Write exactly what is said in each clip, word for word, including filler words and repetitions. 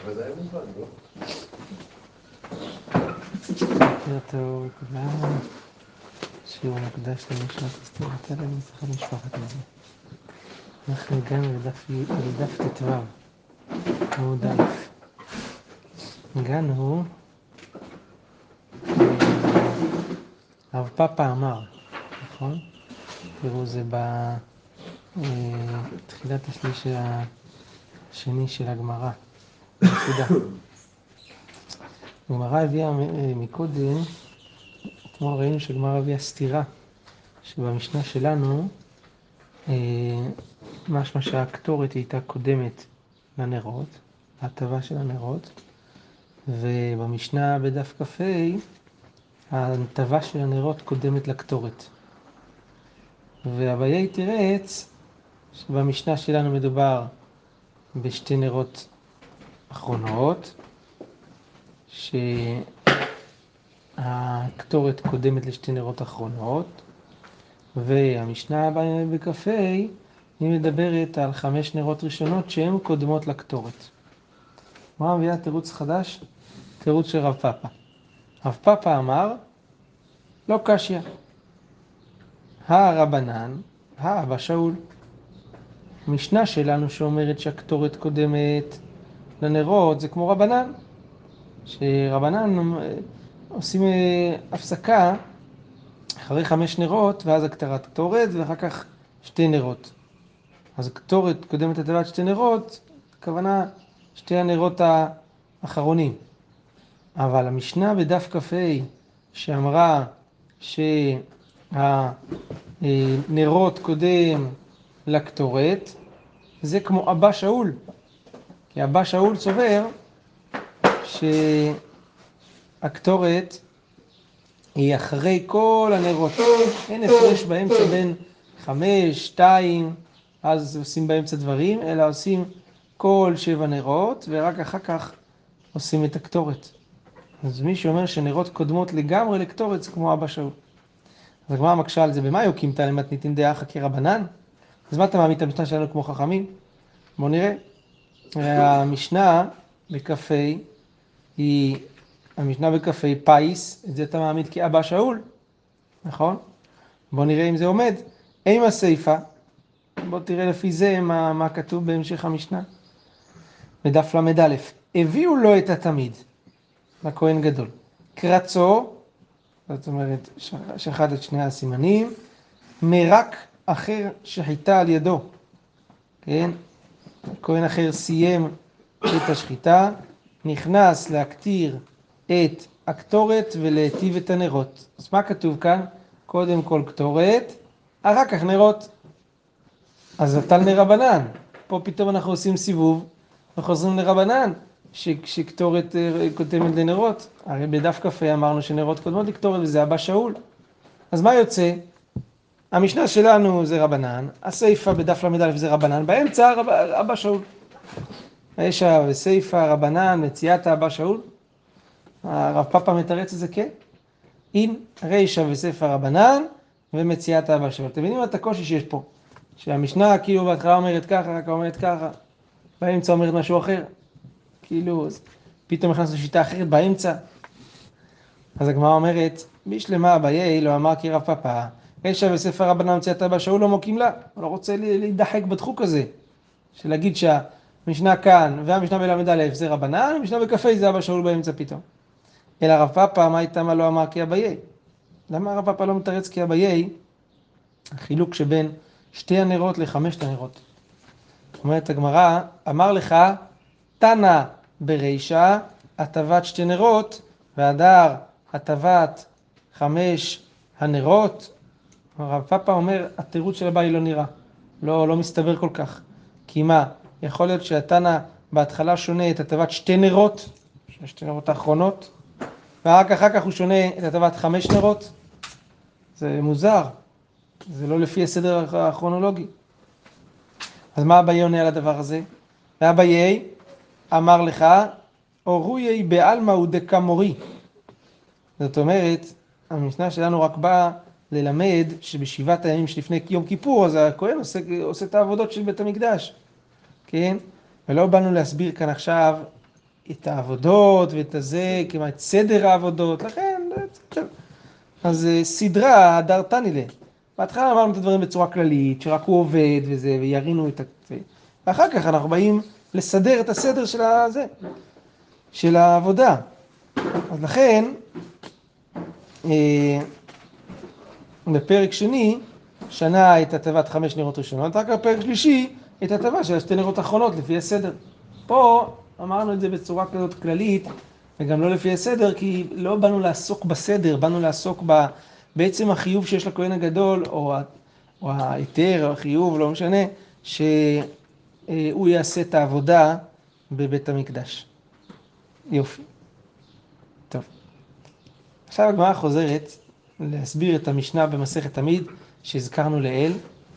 אבל זה היה מובן, לא? בוקר טוב לכולם, שיעור מוקדש למשנת אסתר תלם לזכר משפחת לוי. אנחנו הגענו לדף לדף ט"ו, עמוד א'. הגענו, הרב פאפא אמר, נכון? תראו, זה בתחילת השליש השני של הגמרא, נקודה. הגמרא הביאה מקודם, אתמול ראינו שהגמרא הביאה סתירה, שבמשנה שלנו, משמע שהקטורת הייתה קודמת לנרות, ההטבה של הנרות, ובמשנה בדף כ"ה, ההטבה של הנרות קודמת לקטורת. ואביי תירץ שבמשנה שלנו מדובר בשתי נרות אחרונות, שהקטורת קודמת לשתי נרות אחרונות, והמשנה בכ"ה היא מדברת על חמש נרות ראשונות שהן קודמות לקטורת. מה מביאה תירוץ חדש? תירוץ של רב פאפא. רב פאפא אמר, לא קשיא. הרבנן, האבא שאול. המשנה שלנו שאומרת שהקטורת קודמת לנרות, זה כמו רבנן. שרבנן עושים הפסקה אחרי חמש נרות, ואז הקטרת קטורת, ואחר כך שתי נרות. אז הקטורת קודמת לטבעת שתי נרות, הכוונה שתי הנרות האחרונים. אבל המשנה בדף כ"ה שאמרה שהנרות קודם לקטורת, זה כמו אבא שאול. כי אבא שאול סובר שהקטורת היא אחרי כל הנרות. אין הפרש באמצע בין חמש, שתיים, אז עושים באמצע דברים, אלא עושים כל שבע נרות, ורק אחר כך עושים את הקטורת. אז מי שאומר שנרות קודמות לגמרי לקטורת, זה כמו אבא שאול. אז הגמרא מקשה על זה, במה יוקימתא למתניתין דאחא כרבנן? אז מה אתה מעמיד את המשנה שלנו כמו חכמים? בואו נראה. המשנה בכ"ה היא, המשנה בכ"ה פייס, את זה אתה מעמיד כאבא שאול, נכון? בואו נראה אם זה עומד. עם הסיפה, בואו תראה לפי זה מה, מה כתוב בהמשך המשנה. בדף למד א', הביאו לו את התמיד, לכהן גדול. קרצו, זאת אומרת, שחד את שני הסימנים, מרק אחר שחיטה על ידו, כן? כהן אחר סיים את השחיטה, נכנס להקטיר את הקטורת ולהטיב את הנרות. אז מה כתוב כאן? קודם כל קטורת, אחר כך נרות. אז נטל מרבנן. פה פתאום אנחנו עושים סיבוב וחוזרים לרבנן, שקטורת קודמת לנרות. הרי בדף כ"ה אמרנו שנרות קודמות לקטורת, וזה אבא שאול. אז מה יוצא? המשנה שלנו זה רבנן, הסיפה בדף למד א' זה רבנן, באמצע רב, אבא שאול. יש בסיפה רבנן, מציאת אבא שאול. הרב פאפא מתרץ את זה, כן? עם רישא וסיפה רבנן ומציאת אבא שאול. אתם מבינים את הקושי שיש פה? שהמשנה כאילו בהתחלה אומרת ככה, רק אומרת ככה, באמצע אומרת משהו אחר. כאילו, פתאום נכנס לשיטה אחרת באמצע. אז הגמרא אומרת, בשלמה אביי לא אמר כי רב פאפא, רישא וסיפה רבנן מציאת אבא שאול לא מוקים לה. הוא לא רוצה להידחק בדחוק הזה, של להגיד שהמשנה כאן והמשנה בלמד א' זה רבנן, המשנה בכ"ה זה אבא שאול באמצע פתאום. אלא רב פאפא, מה איתה מה לא אמר כי אביי? למה רב פאפא לא מתרץ כי אביי? החילוק שבין שתי הנרות לחמשת הנרות. אומרת הגמרא, אמר לך, תנא ברישא, הטבת שתי נרות, והדר הטבת חמש הנרות. רב פאפא אומר, התירוץ של אביי לא נראה, לא, לא מסתבר כל כך. כי מה? יכול להיות שהתנא בהתחלה שונה את הטבת שתי נרות, שתי נרות האחרונות, ורק אחר כך הוא שונה את הטבת חמש נרות. זה מוזר, זה לא לפי הסדר הכרונולוגי. אז מה אביי עונה על הדבר הזה? ואביי אמר לך, אורוי בעלמא ודקמורי. זאת אומרת, המשנה שלנו רק באה ללמד שבשבעת הימים שלפני יום כיפור, אז הכהן עושה, עושה את העבודות של בית המקדש, כן? ולא באנו להסביר כאן עכשיו את העבודות ואת הזה, כמעט סדר העבודות, לכן, אז סדרה, הדר תנילה. בהתחלה אמרנו את הדברים בצורה כללית, שרק הוא עובד וזה, וירינו את זה. ואחר כך אנחנו באים לסדר את הסדר של הזה, של העבודה. אז לכן, בפרק שני, שנה את הטבת חמש נרות ראשונות, רק בפרק שלישי, את הטבה של שתי נרות אחרונות, לפי הסדר. פה אמרנו את זה בצורה כזאת כללית, וגם לא לפי הסדר, כי לא באנו לעסוק בסדר, באנו לעסוק ב... בעצם החיוב שיש לכהן הגדול, או, או היתר, או החיוב, לא משנה, שהוא יעשה את העבודה בבית המקדש. יופי. טוב. עכשיו הגמרא חוזרת להסביר את המשנה במסכת תמיד, שהזכרנו לעיל,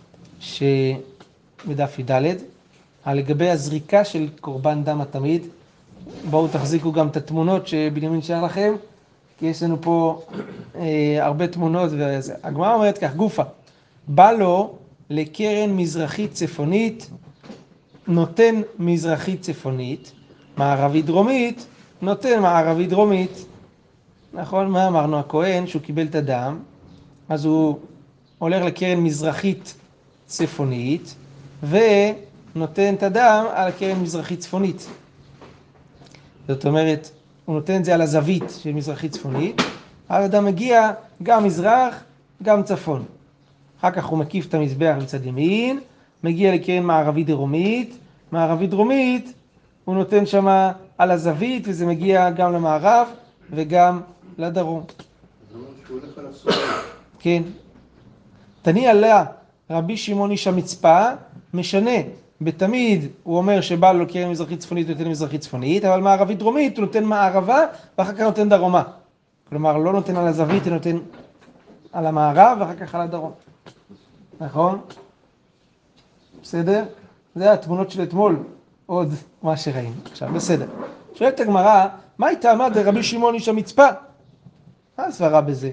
שבדף י"ד, לגבי הזריקה של קורבן דם התמיד. בואו תחזיקו גם את התמונות שבנימין שלח לכם, כי יש לנו פה אה, הרבה תמונות. והגמרא אומרת כך, גופה, בא לו לקרן מזרחית צפונית, נותן מזרחית צפונית, מערבית דרומית, נותן מערבית דרומית. נכון, מה אמרנו? הכהן שהוא קיבל את הדם, אז הוא הולך לקרן מזרחית צפונית, ונותן את הדם על הקרן מזרחית צפונית. זאת אומרת, הוא נותן את זה על הזווית של מזרחית צפונית, אז הדם מגיע גם מזרח, גם צפון. אחר כך הוא מקיף את המזבח בצד ימין, מגיע לקרן מערבית דרומית, מערבית דרומית, הוא נותן שם על הזווית, וזה מגיע גם למערב וגם לדרום. זה אומר שהוא הולך על הסוף. כן. תניע לה רבי שמעון איש המצפה, משנה. בתמיד הוא אומר שבא לו קרן מזרחית צפונית, הוא נותן מזרחית צפונית, אבל מערבית דרומית הוא נותן מערבה, ואחר כך נותן דרומה. כלומר, לא נותן על הזווית, הוא נותן על המערב, ואחר כך על הדרום. נכון? בסדר? זה התמונות של אתמול, עוד מה שראינו. עכשיו, בסדר. שואלת הגמרא, מה הייתה אמרת רבי שמעון איש המצפה? מה הסברה בזה?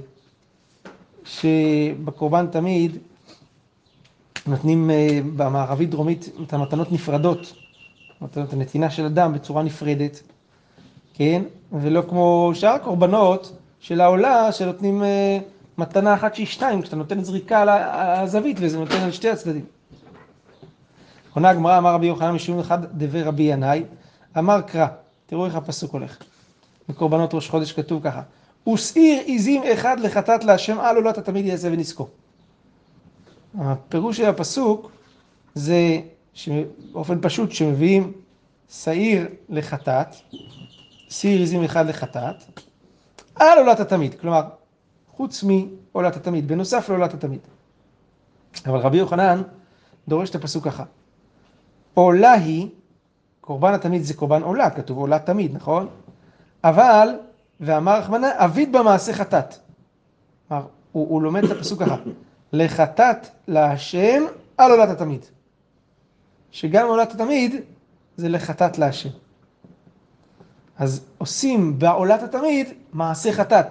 שבקורבן תמיד נותנים במערבית דרומית את המתנות נפרדות, מתנות הנתינה של אדם בצורה נפרדת, כן? ולא כמו שאר הקורבנות של העולה שנותנים מתנה אחת שהיא שתיים, כשאתה נותן זריקה על הזווית וזה נותן על שתי הצדדים. עונה הגמרא, אמר רבי יוחנן משום אחד דבר רבי ינאי, אמר קרא, תראו איך הפסוק הולך. בקורבנות ראש חודש כתוב ככה, ושעיר עזים אחד לחטאת להשם על עולת התמיד יעשה ונזכו. הפירוש של הפסוק זה באופן פשוט שמביאים שעיר לחטאת, שעיר עזים אחד לחטאת, על עולת התמיד, כלומר חוץ מעולת התמיד, בנוסף לעולת התמיד. אבל רבי יוחנן דורש את הפסוק ככה, עולה היא, קורבן התמיד זה קורבן עולה, כתוב עולה תמיד, נכון? אבל, ואמר רחמנא, אביד במעשה חטאת. כלומר, הוא, הוא לומד את הפסוק ככה, לחטאת להשם על עולת התמיד. שגם עולת התמיד זה לחטאת להשם. אז עושים בעולת התמיד מעשה חטאת.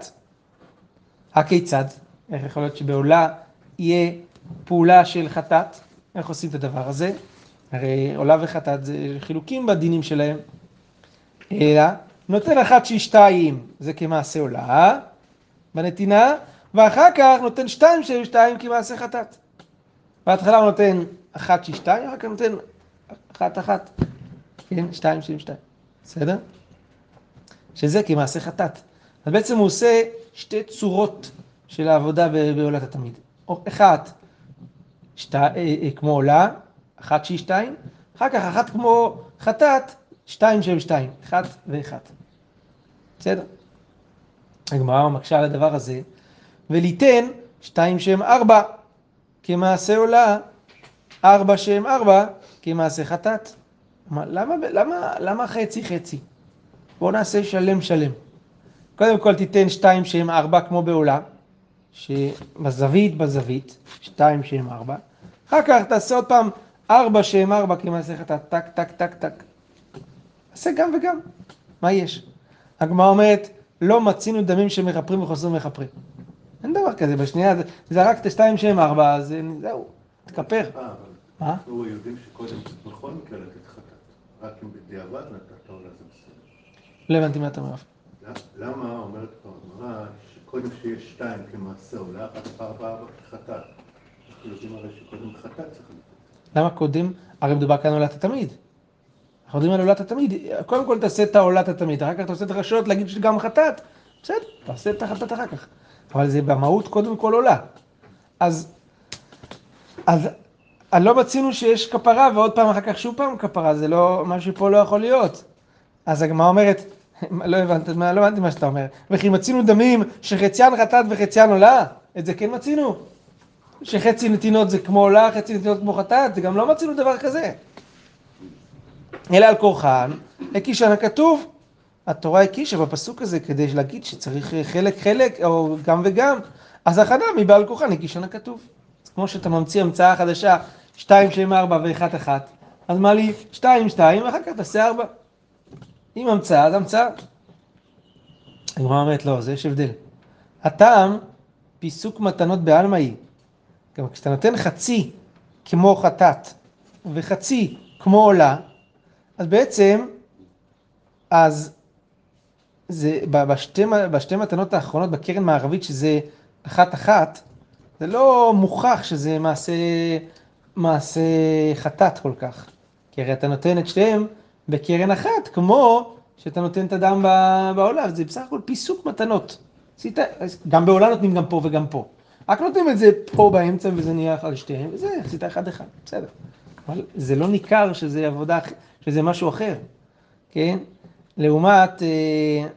הכיצד? איך יכול להיות שבעולה יהיה פעולה של חטאת? איך עושים את הדבר הזה? הרי עולה וחטאת זה חילוקים בדינים שלהם. אלא נותן אחת שהיא שתיים, זה כמעשה עולה בנתינה, ואחר כך נותן שתיים שהיא שתיים כמעשה חטאת. בהתחלה הוא נותן אחת שהיא שתיים, אחר כך נותן אחת אחת. כן, שתיים שהיא שתיים. בסדר? שזה כמעשה חטאת. אז בעצם הוא עושה שתי צורות של העבודה בעולת התמיד. אחת, שתי, כמו עולה, אחת שהיא שתיים, אחר כך אחת כמו חטאת, שתיים שהם שתיים, אחת ואחת. בסדר? הגמרא מקשה על הדבר הזה, וליתן שתיים שהם ארבע, כמעשה עולה, ארבע שהם ארבע, כמעשה חטאת. למה, למה, למה חצי חצי? בואו נעשה שלם שלם. קודם כל תיתן שתיים שהם ארבע כמו בעולה, שבזווית בזווית, שתיים שהם ארבע. אחר כך תעשה עוד פעם ארבע שהם ארבע כמעשה חטאת, טק טק טק טק. עשה גם וגם. מה יש? הגמרא אומרת, לא מצינו דמים שמחפרים וחוזרים מחפרים. אין דבר כזה, בשנייה זרקת שתיים שהם ארבע, אז זהו, תכפר. מה? אנחנו יודעים שקודם בכל מקרה לתת חטאת, רק אם בדיעבד נתת עולה זה בסדר. לא הבנתי מה אתה אומר. למה אומרת פה הגמרא שקודם שיש שתיים כמעשה עולה, אחת ארבע ארבע כחטאת? אנחנו יודעים הרי שקודם חטאת צריך לתת. למה קודם? הרי מדובר כאן על עולת התמיד. אנחנו יודעים על עולת התמיד. קודם כל תעשה את העולת התמיד, אחר כך אתה עושה את הרשות להגיד שגם חטאת. בסדר, תעשה את החטאת אחר כך. אבל זה במהות קודם כל עולה. אז, אז, אז לא מצינו שיש כפרה ועוד פעם אחר כך שוב פעם כפרה, זה לא, משהו פה לא יכול להיות. אז הגמרא אומרת, לא הבנתי, לא הבנתי מה שאתה אומר. וכי מצינו דמים שחציין חטאת וחציין עולה? את זה כן מצינו? שחצי נתינות זה כמו עולה, חצי נתינות כמו חטאת? זה גם לא מצינו דבר כזה. אלא על כורחן, הקישן הכתוב. התורה הקישה בפסוק הזה כדי להגיד שצריך חלק חלק או גם וגם. אז הכנה מבעל כורחן הקישן הכתוב. כמו שאתה ממציא המצאה חדשה, שתיים, שתיים, ארבע ואחת אחת. אז מה לי? שתיים, שתיים, ואחר כך תעשה ארבע. אם המצאה, אז המצאה. הגמרא אומרת, לא, זה יש הבדל. הטעם, פיסוק מתנות בעלמא היא. גם כשאתה נותן חצי כמו חטאת וחצי כמו עולה, אז בעצם, אז זה, בשתי, בשתי מתנות האחרונות בקרן מערבית, שזה אחת אחת, זה לא מוכח שזה מעשה, מעשה חטאת כל כך. כי הרי אתה נותן את שתיהם בקרן אחת, כמו שאתה נותן את הדם בעולה, זה בסך הכל פיסוק מתנות. גם בעולה נותנים גם פה וגם פה. רק נותנים את זה פה באמצע וזה נהיה על שתיהם, וזה עשית אחד אחד, בסדר. אבל זה לא ניכר שזה עבודה, שזה משהו אחר, כן? לעומת, אה,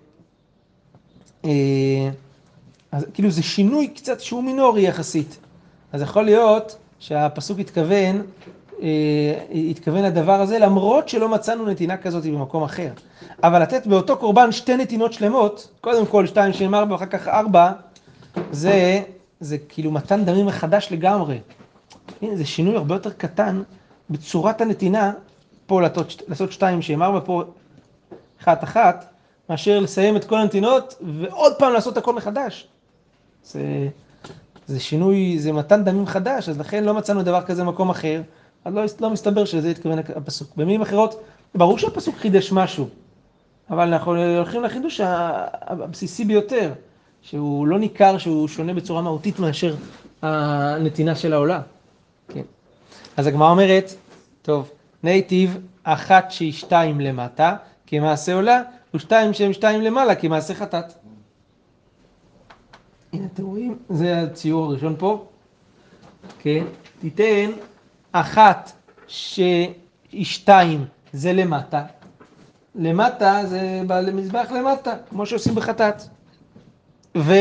אה, אז כאילו זה שינוי קצת שהוא מינורי יחסית. אז יכול להיות שהפסוק התכוון, אה, התכוון לדבר הזה, למרות שלא מצאנו נתינה כזאת במקום אחר. אבל לתת באותו קורבן שתי נתינות שלמות, קודם כל שתיים, שתיים, ארבע, ואחר כך ארבע, זה, זה כאילו מתן דמים מחדש לגמרי. הנה, זה שינוי הרבה יותר קטן בצורת הנתינה, פה לעשות, לעשות שתיים, שתיים, ארבע, פה אחת אחת, מאשר לסיים את כל הנתינות ועוד פעם לעשות הכל מחדש. זה, זה שינוי, זה מתן דמים חדש, אז לכן לא מצאנו דבר כזה במקום אחר, אז לא, לא מסתבר שזה התכוון הפסוק. במילים אחרות, ברור שהפסוק חידש משהו, אבל אנחנו הולכים לחידוש הבסיסי ביותר, שהוא לא ניכר שהוא שונה בצורה מהותית מאשר הנתינה של העולה. כן. אז הגמרא אומרת, טוב, נייטיב אחת שהיא שתיים למטה, כמעשה עולה, ושתיים שהם שתיים למעלה, כמעשה חטאת. הנה אתם רואים, זה הציור הראשון פה. כן, תיתן אחת שהיא שתיים, זה למטה. למטה זה למזבח למטה, כמו שעושים בחטאת. ו...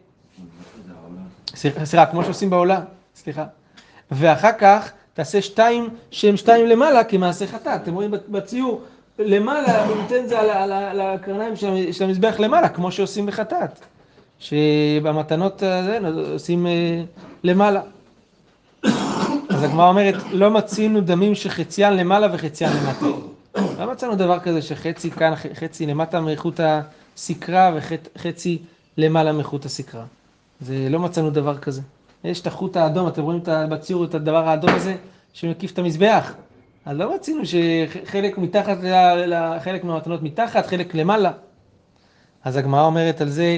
סליחה, כמו שעושים בעולה, סליחה. ואחר כך תעשה שתיים שהם שתיים למעלה כמעשה חטאת. אתם רואים בציור, למעלה, הוא נותן זה על הקרניים של המזבח למעלה, כמו שעושים בחטאת. שבמתנות עושים למעלה. אז הגמרא אומרת, לא מצינו דמים שחציין למעלה וחציין למטה. לא מצאנו דבר כזה שחצי כאן, חצי למטה מאיכות הסקרה וחצי למעלה מאיכות הסקרה. זה לא מצאנו דבר כזה. יש את החוט האדום, אתם רואים בציור את הדבר האדום הזה שמקיף את המזבח. אז לא מצינו שחלק מתחת, חלק מהמתנות מתחת, חלק למעלה. אז הגמרא אומרת על זה,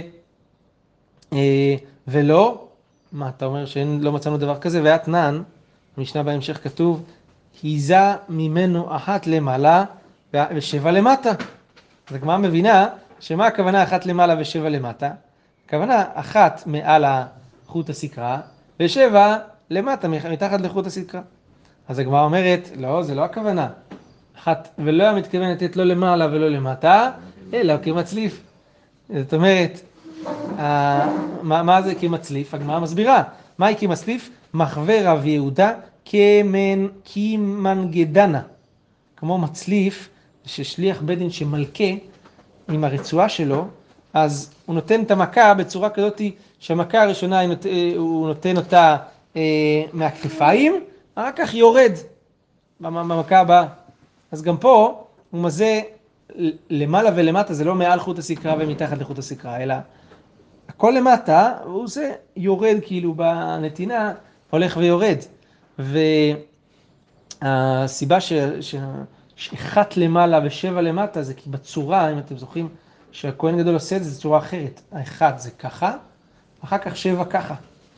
ולא, מה אתה אומר שלא מצאנו דבר כזה, ואתנן, המשנה בהמשך כתוב, היזה ממנו אחת למעלה ושבע למטה. אז הגמרא מבינה שמה הכוונה אחת למעלה ושבע למטה? הכוונה אחת מעל חוט הסקרה ושבע למטה מתחת לחוט הסקרה. אז הגמרא אומרת, לא, זה לא הכוונה. אחת, ולא היה מתכוון לתת לא למעלה ולא למטה, אלא כמצליף. זאת אומרת, מה, מה זה כמצליף? הגמרא מסבירה. מה היא כמצליף? מחווה רב יהודה כמנ... כמנגדנה. כמו מצליף, ששליח בית דין שמלכה עם הרצועה שלו, אז הוא נותן את המכה בצורה כזאת שהמכה הראשונה הוא נותן אותה אה, מהכתפיים, אחר כך יורד במכה הבאה. אז גם פה הוא מזה למעלה ולמטה, זה לא מעל חוט הסקרה ומתחת לחוט הסקרה, אלא הכל למטה, הוא זה יורד כאילו בנתינה, הולך ויורד. והסיבה ש, ש, אחת למעלה ושבע למטה, זה כי בצורה, אם אתם זוכרים, שהכהן גדול עושה את זה, זה צורה אחרת. האחד זה ככה, אחר כך שבע ככה.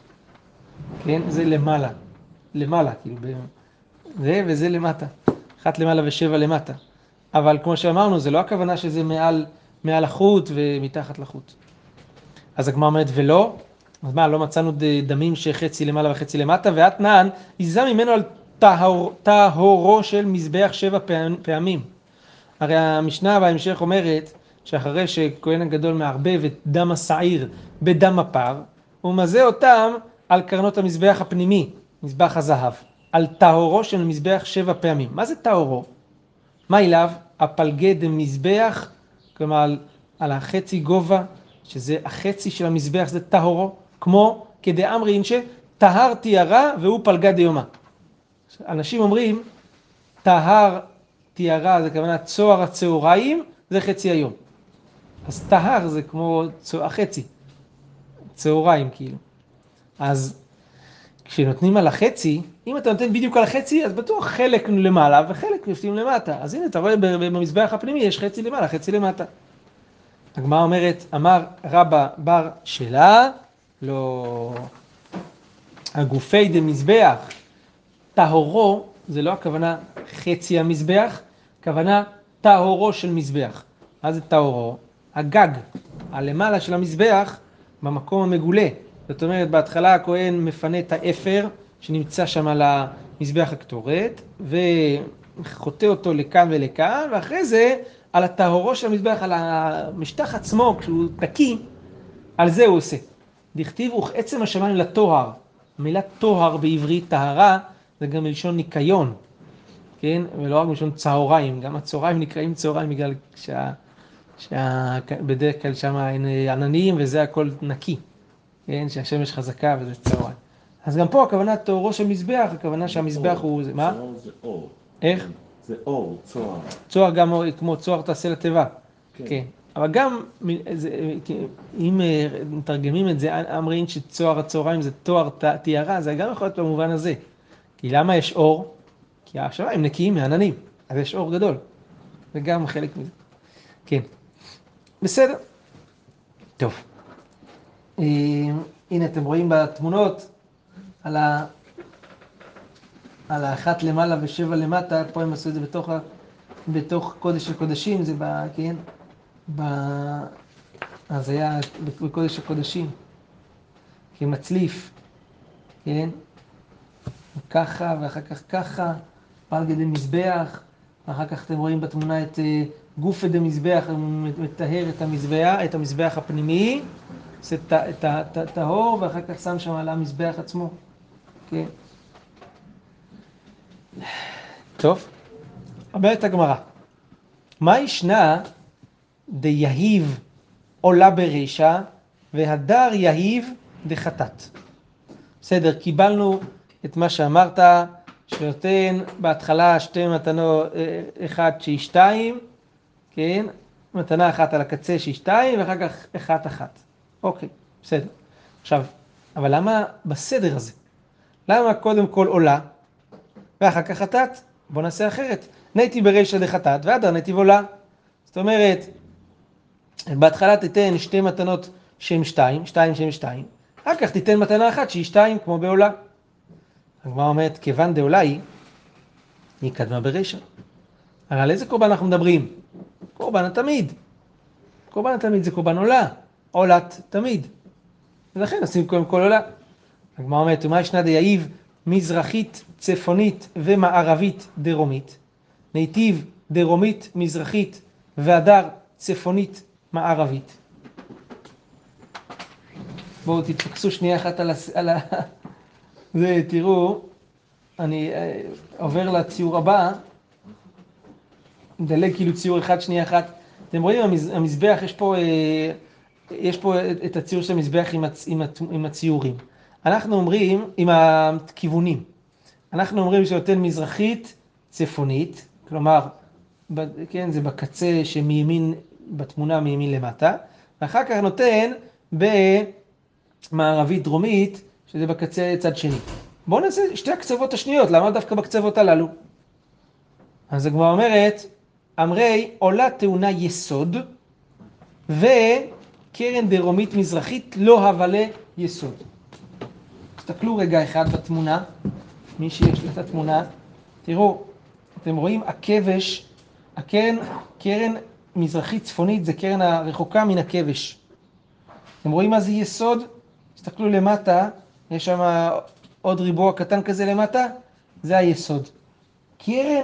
כן? זה למעלה. למעלה, כאילו. ב... זה וזה למטה. אחת למעלה ושבע למטה. אבל כמו שאמרנו, זה לא הכוונה שזה מעל, מעל החוט ומתחת לחוט. אז הגמרא אומרת, ולא? אז מה, לא מצאנו דמים שחצי למעלה וחצי למטה, ואתנן, יזה ממנו על טהור, טהורו של מזבח שבע פעמים. הרי המשנה בהמשך אומרת, שאחרי שכהן הגדול מערבב את דם השעיר בדם הפר, הוא מזה אותם על קרנות המזבח הפנימי, מזבח הזהב, על טהורו של מזבח שבע פעמים. מה זה טהורו? מה אליו? הפלגי דמזבח, כלומר על, על החצי גובה, שזה החצי של המזבח, זה טהורו, כמו כדאמרין שטהר תיארה והוא פלגה דיומה. אנשים אומרים, טהר תיארה זה כוונה צוהר הצהריים, זה חצי היום. אז טהר זה כמו החצי, צהריים כאילו. אז כשנותנים על החצי, אם אתה נותן בדיוק על החצי, אז בטוח חלק למעלה וחלק מפתים למטה. אז הנה, אתה רואה במזבח הפנימי יש חצי למעלה, חצי למטה. הגמרא אומרת, אמר רבא בר שלה, לא... הגופי דמזבח, טהורו, זה לא הכוונה חצי המזבח, הכוונה טהורו של מזבח. מה זה טהורו? הגג, הלמעלה של המזבח, במקום המגולה. זאת אומרת, בהתחלה הכהן מפנה את האפר שנמצא שם על המזבח הקטורת, וחוטא אותו לכאן ולכאן, ואחרי זה על הטהורו של המזבח, על המשטח עצמו, כשהוא תקי, על זה הוא עושה. דכתיב וכעצם השמיים לטוהר. המילה טוהר בעברית, טהרה, זה גם מלשון ניקיון, כן? ולא רק מלשון צהריים, גם הצהריים נקראים צהריים בגלל שה... שה... בדרך כלל שם אין עננים וזה הכל נקי, כן? שהשמש חזקה וזה צהריים. אז גם פה הכוונה טהורו של מזבח, הכוונה שהמזבח הוא... מה? צהר זה אור. איך? זה אור, צוהר. צוהר גם כמו צוהר תעשה לתיבה. כן. כן. אבל גם, אם מתרגמים את זה, אמרים שצוהר הצהריים זה תואר תיארה, זה גם יכול להיות במובן הזה. כי למה יש אור? כי השמיים נקיים מעננים, אז יש אור גדול. זה גם חלק מזה. כן. בסדר. טוב. הנה אתם רואים בתמונות על ה... על האחת למעלה ושבע למטה, פה הם עשו את זה בתוך, בתוך קודש הקודשים, זה ב... כן? ב... אז היה בקודש הקודשים, כמצליף, כן? ככה ואחר כך ככה, פלגי דמזבח, ואחר כך אתם רואים בתמונה את גופי דמזבח, הוא מטהר את המזבח, את המזבח הפנימי, עושה את הטהור, ואחר כך שם שם על המזבח עצמו, כן? טוב, אומרת הגמרא, מה ישנה דיהיב עולה ברישה והדר יהיב דחטאת? בסדר, קיבלנו את מה שאמרת, שנותן בהתחלה שתי מתנות, אחד שהיא שתיים, כן? מתנה אחת על הקצה שהיא שתיים, ואחר כך אחת אחת. אוקיי, בסדר. עכשיו, אבל למה בסדר הזה? למה קודם כל עולה, ואחר כך חטאת? בוא נעשה אחרת. נתיב ברישה דחטאת, והדר נתיב עולה. זאת אומרת, בהתחלה תיתן שתי מתנות שהן שתיים, שתיים שהן שתיים, אחר כך תיתן מתנה אחת שהיא שתיים, כמו בעולה. הגמרא אומרת, כיוון דעולה היא, היא קדמה ברישה. הרי על איזה קורבן אנחנו מדברים? קורבן התמיד. קורבן התמיד זה קורבן עולה, עולת תמיד. ולכן עושים קודם כל עולה. הגמרא אומרת, ומה ישנה דיהיב מזרחית, צפונית ומערבית דרומית, נתיב דרומית, מזרחית והדר צפונית, מערבית. בואו תתפקסו שנייה אחת על, הס... על ה... זה, תראו, אני עובר לציור הבא, מדלג כאילו ציור אחד, שנייה אחת. אתם רואים, המז... המזבח, יש פה, יש פה את הציור של המזבח עם, הצ... עם, הצ... עם הציורים. אנחנו אומרים, עם הכיוונים, אנחנו אומרים שנותן מזרחית, צפונית, כלומר, ב... כן, זה בקצה שמימין, בתמונה מימין למטה, ואחר כך נותן במערבית דרומית, שזה בקצה צד שני. בואו נעשה שתי הקצוות השניות, למה דווקא בקצוות הללו? אז הגמרא אומרת, אמרי עולה טעונה יסוד, וקרן דרומית מזרחית לא הבלה יסוד. תסתכלו רגע אחד בתמונה, מי שיש את התמונה, תראו, אתם רואים הכבש, הקרן, קרן מזרחית צפונית זה קרן הרחוקה מן הכבש. אתם רואים מה זה יסוד? תסתכלו למטה, יש שם עוד ריבוע קטן כזה למטה, זה היסוד. קרן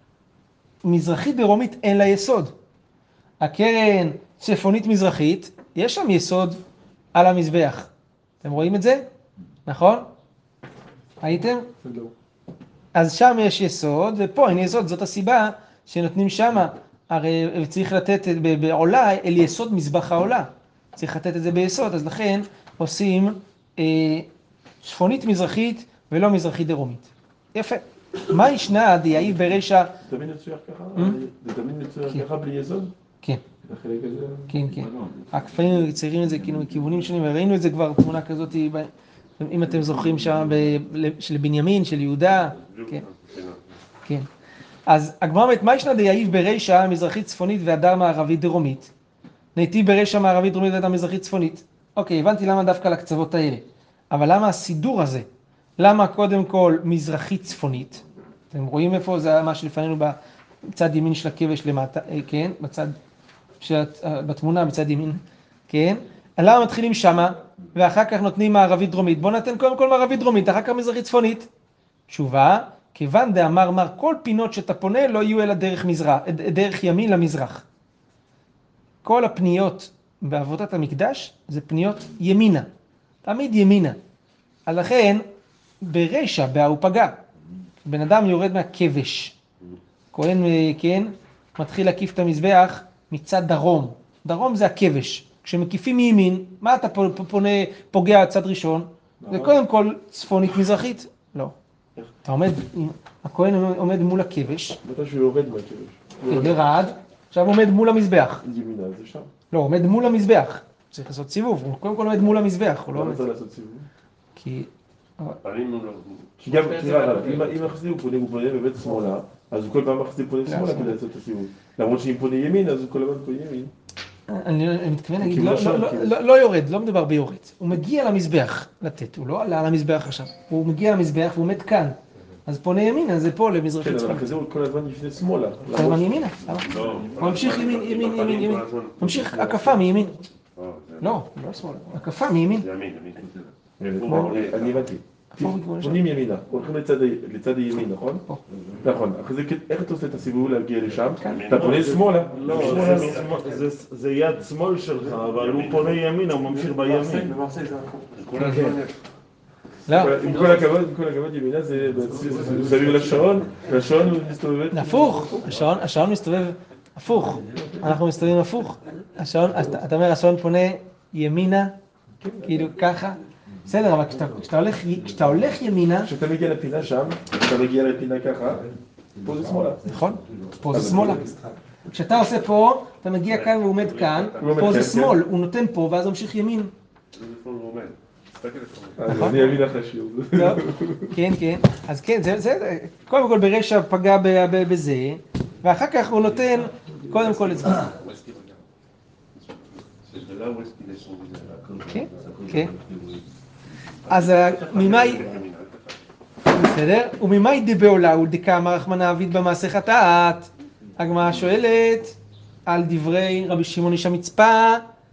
מזרחית דרומית אין לה יסוד. הקרן צפונית מזרחית, יש שם יסוד על המזבח. אתם רואים את זה? נכון? הייתם? לא. אז שם יש יסוד, ופה אין יסוד, זאת הסיבה שנותנים שם, הרי צריך לתת בעולה אל יסוד מזבח העולה. צריך לתת את זה ביסוד, אז לכן עושים אה, צפונית מזרחית ולא מזרחית דרומית. יפה. מה ישנה דייאיב ברישא? זה תמיד מצויר ככה? זה תמיד מצויר ככה בלי יסוד? כן. החלק הזה? כן, כן. רק לפעמים ציירים את זה כאילו מכיוונים שונים, וראינו את זה כבר תמונה כזאת, אם אתם זוכרים שם, של בנימין, של יהודה. כן. כן. אז הגמרא אומרת, מה ישנה דייאיב ברישא מזרחית צפונית והדר מערבית דרומית? נתיב ברישא מערבית דרומית והדר מזרחית צפונית. אוקיי, הבנתי למה דווקא לקצוות האלה. אבל למה הסידור הזה? למה קודם כל מזרחית צפונית? אתם רואים איפה זה מה שלפנינו בצד ימין של הכבש למטה, כן? בצד, בתמונה בצד ימין, כן? למה מתחילים שמה ואחר כך נותנים מערבית דרומית? בוא נתן קודם כל מערבית דרומית, אחר כך מזרחית צפונית. תשובה, כיוון דאמר מר, כל פינות שאתה פונה לא יהיו אלא דרך, מזרח, דרך ימין למזרח. כל הפניות בעבודת המקדש זה פניות ימינה, תמיד ימינה. אז לכן, ברישא, בהוא פגע, בן אדם יורד מהכבש, כהן, כן, מתחיל להקיף את המזבח מצד דרום. דרום זה הכבש. כשמקיפים מימין, מה אתה פונה, פוגע צד ראשון? זה קודם כל צפונית מזרחית. לא. אתה עומד, הכהן עומד מול הכבש. מתי שהוא יורד מהכבש. ירד, עכשיו עומד מול המזבח. ימינה זה שם. לא, עומד מול המזבח. צריך לעשות סיבוב, הוא קודם כל עומד מול המזבח. הוא לא למה עומד. צריך לעשות סיבוב? כי... כי גם, תראה, אם החסיד הוא פונה, הוא פונה בבית שמאלה, אז הוא כל פעם החסיד פונה שמאלה כדי לעשות את הסיבוב. למרות שאם פונה ימין, אז הוא כל הזמן פונה ימין. אני מתכוון להגיד, לא יורד, לא מדובר ביורד. הוא מגיע למזבח לתת, הוא לא עלה למזבח עכשיו. הוא מגיע למזבח והוא עומד כאן. אז פונה ימינה, זה פה למזרחית כן, צפונית. אבל כזה הוא כל הזמן יפנה שמאלה. כל הזמן ימינה, למה? הוא ממשיך ימין, ימין, ימין, ימין. ממשיך הקפה מימין. לא, לא שמאלה, הקפה מימין. אני הבנתי. פונים ימינה, הולכים לצד הימין, נכון? נכון. אחרי זה, איך אתה עושה את הסיבוב להגיע לשם? אתה פונה שמאלה. לא, זה יד שמאל שלך, אבל הוא פונה ימינה, הוא ממשיך בימין. לא. עם כל הכבוד, עם כל הכבוד, ימינה זה סביב לשעון, והשעון הוא מסתובב... הפוך, השעון מסתובב הפוך. אנחנו מסתובבים הפוך. אתה אומר, השעון פונה ימינה, כאילו ככה. בסדר, אבל כשאתה הולך ימינה... כשאתה מגיע לפינה שם, כשאתה מגיע לפינה ככה, פה זה שמאלה. נכון, פה זה שמאלה. כשאתה עושה פה, אתה מגיע כאן והוא עומד כאן, פה זה שמאל, הוא נותן פה ואז ממשיך ימין. אני אבין לך שיעור. כן, כן. אז כן, זה, קודם כל ברישא פגע בזה, ואחר כך הוא נותן, קודם כל את זה. כן, כן. אז ממאי, בסדר? וממאי דבעולה ולדקאמר רחמנא עביד במעשה חטאת. הגמרא שואלת על דברי רבי שמעון איש המצפה,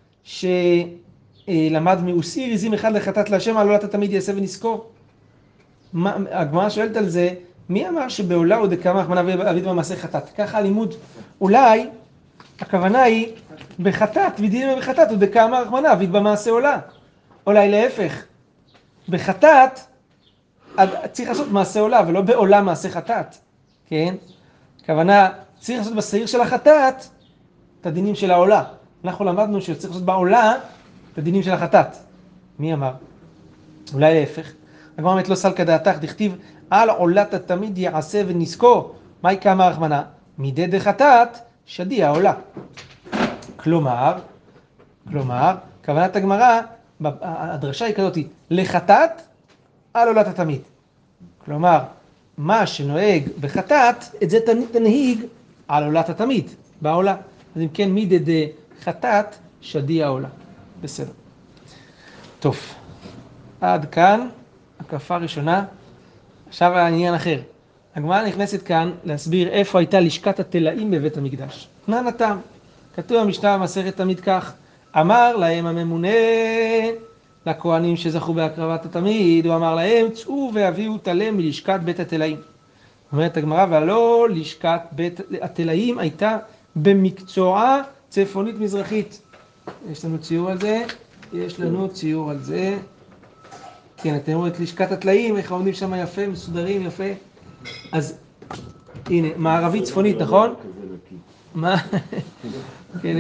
שלמד מאוסיר עזים אחד לחטאת להשם, על עולת תמיד יעשה ונזכור. הגמרא שואלת על זה, מי אמר שבעולה ולדקאמר רחמנא עביד במעשה חטאת? ככה הלימוד. אולי הכוונה היא בחטאת, ודינים בחטאת, ולדקאמר רחמנא עביד במעשה עולה. אולי להפך. בחטאת, צריך לעשות מעשה עולה, ולא בעולה מעשה חטאת, כן? הכוונה, צריך לעשות בשעיר של החטאת, את הדינים של העולה. אנחנו למדנו שצריך לעשות בעולה, את הדינים של החטאת. מי אמר? אולי להפך. הגמרא אומרת לא סלקא דעתך, דכתיב, על עולת תמיד יעשה ונזכור. מהי כאמר רחמנא? מידי דחטאת, שדי העולה. כלומר, כלומר, כוונת הגמרא, הדרשה היא כזאת, לחטאת על עולת התמיד. כלומר, מה שנוהג בחטאת, את זה תנהיג על עולת התמיד, בעולה. אז אם כן, מידי דחטאת, שדי העולה. בסדר. טוב, עד כאן, הקפה ראשונה. עכשיו העניין אחר. הגמרא נכנסת כאן להסביר איפה הייתה לשכת התלאים בבית המקדש. תנן הטעם. כתוב במשנה במסכת תמיד כך, אמר להם הממונה לכהנים שזכו בהקרבת התמיד, הוא אמר להם, צאו והביאו תלם מלשכת בית התלאים. אומרת הגמרא, והלא לשכת בית התלאים הייתה במקצועה צפונית מזרחית. יש לנו ציור על זה, יש לנו ציור על זה. כן, אתם רואים את לשכת התלאים, איך עומדים שם יפה, מסודרים יפה. אז הנה, מערבית צפונית, נכון? מה? כן,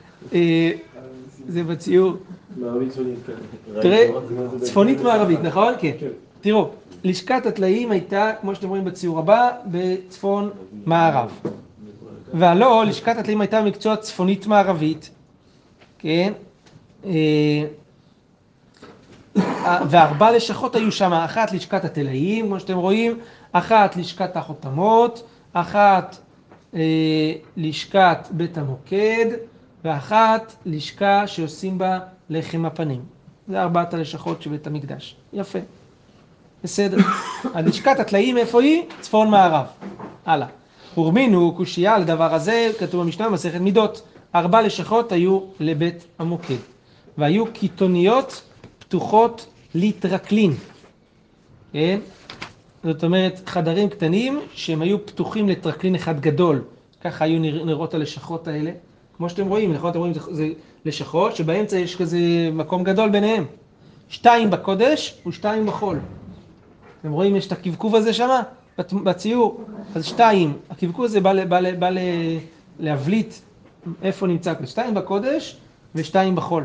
זה בציור. מערבית צפונית, כן. תראה, צפונית מערבית, נכון? כן. תראו, לשכת התלאים הייתה, כמו שאתם רואים בציור הבא, בצפון מערב. והלא, לשכת התלאים הייתה במקצוע צפונית מערבית, כן? וארבע לשכות היו שם, אחת לשכת התלאים, כמו שאתם רואים, אחת לשכת החותמות, אחת אה, לשכת בית המוקד, ואחת לשכה שעושים בה לחם הפנים. זה ארבעת הלשכות של בית המקדש. יפה. בסדר. הלשכת התלאים איפה היא? צפון מערב. הלאה. ורמינו קושייה לדבר הזה, כתוב במשנה מסכת מידות. ארבע לשכות היו לבית המוקד. והיו קיתוניות פתוחות לטרקלין. כן? זאת אומרת, חדרים קטנים שהם היו פתוחים לטרקלין אחד גדול. ככה היו נראות הלשכות האלה. כמו שאתם רואים, נכון? אתם רואים, זה לשכות שבאמצע יש כזה מקום גדול ביניהם. שתיים בקודש ושתיים בחול. אתם רואים, יש את הקבקוב הזה שם בציור. אז שתיים, הקבקוב הזה בא, בא, בא, בא להבליט איפה נמצא. שתיים בקודש ושתיים בחול.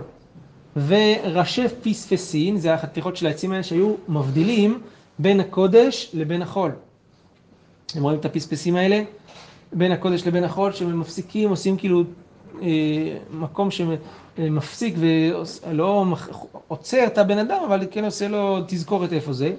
וראשי פספסין, זה החתיכות של העצים האלה שהיו מבדילים בין הקודש לבין החול. אתם רואים את הפספסים האלה? בין הקודש לבין החול, שהם מפסיקים, עושים כאילו אה, מקום שמפסיק ולא עוצר את הבן אדם, אבל כן עושה לו תזכורת איפה זה.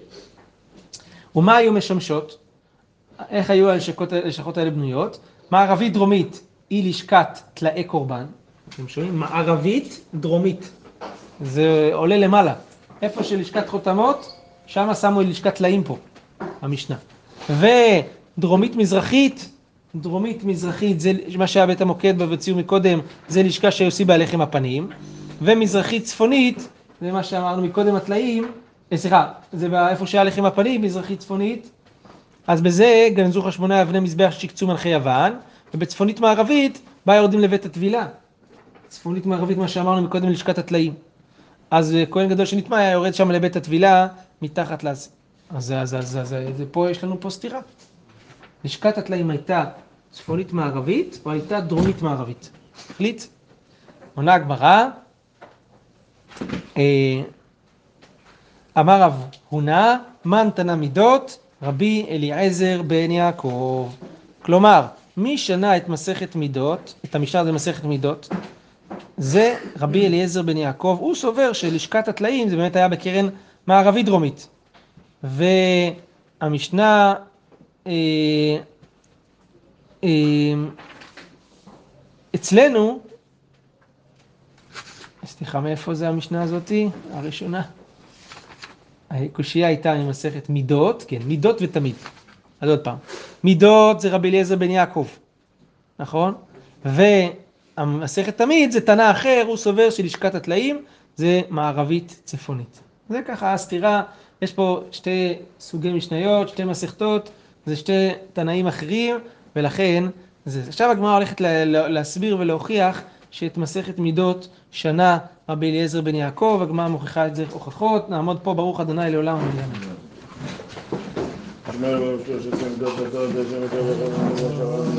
ומה היו משמשות? איך היו הלשכות האלה בנויות? מערבית דרומית היא לשכת תלאי קורבן. אתם שומעים? מערבית דרומית. זה עולה למעלה. איפה של לשכת חותמות, שם שמו לשכת תלאים פה, המשנה. ודרומית מזרחית, דרומית מזרחית, זה מה שהיה בית המוקד בציור מקודם, זה לשכה שעושים בה לחם הפנים. ומזרחית צפונית, זה מה שאמרנו מקודם התלאים, סליחה, זה איפה שהיה לחם הפנים, מזרחית צפונית. אז בזה גנזו חשמונאי אבני מזבח שיקצו מלכי יוון, ובצפונית מערבית, בה יורדים לבית הטבילה. צפונית מערבית, מה שאמרנו מקודם, לשכת התלאים. אז כהן גדול שנטמא היה יורד שם לבית הטבילה, מתחת לזה. אז, אז, אז, אז, אז פה יש לנו פה סתירה. לשכת התלאים הייתה צפונית מערבית, או הייתה דרומית מערבית. החליט. עונה הגמרא, אמר רב הונא, מן תנא מידות, רבי אליעזר בן יעקב. כלומר, מי שנה את מסכת מידות, את המשנה במסכת מידות, זה רבי אליעזר בן יעקב. הוא סובר שלשכת התלאים זה באמת היה בקרן מערבית דרומית. והמשנה, אה, אה, אצלנו, סליחה, מאיפה זה המשנה הזאת? הראשונה. הקושייה הייתה ממסכת מידות, כן, מידות ותמיד. אז עוד פעם. מידות זה רבי אליעזר בן יעקב, נכון? והמסכת תמיד זה תנא אחר, הוא סובר שלשכת התלאים זה מערבית צפונית. זה ככה הסתירה, יש פה שתי סוגי משניות, שתי מסכתות, זה שתי תנאים אחרים, ולכן זה. עכשיו הגמרא הולכת להסביר ולהוכיח שאת מסכת מידות שנה רבי אליעזר בן יעקב, הגמרא מוכיחה את זה הוכחות. נעמוד פה, ברוך ה' לעולם ועד.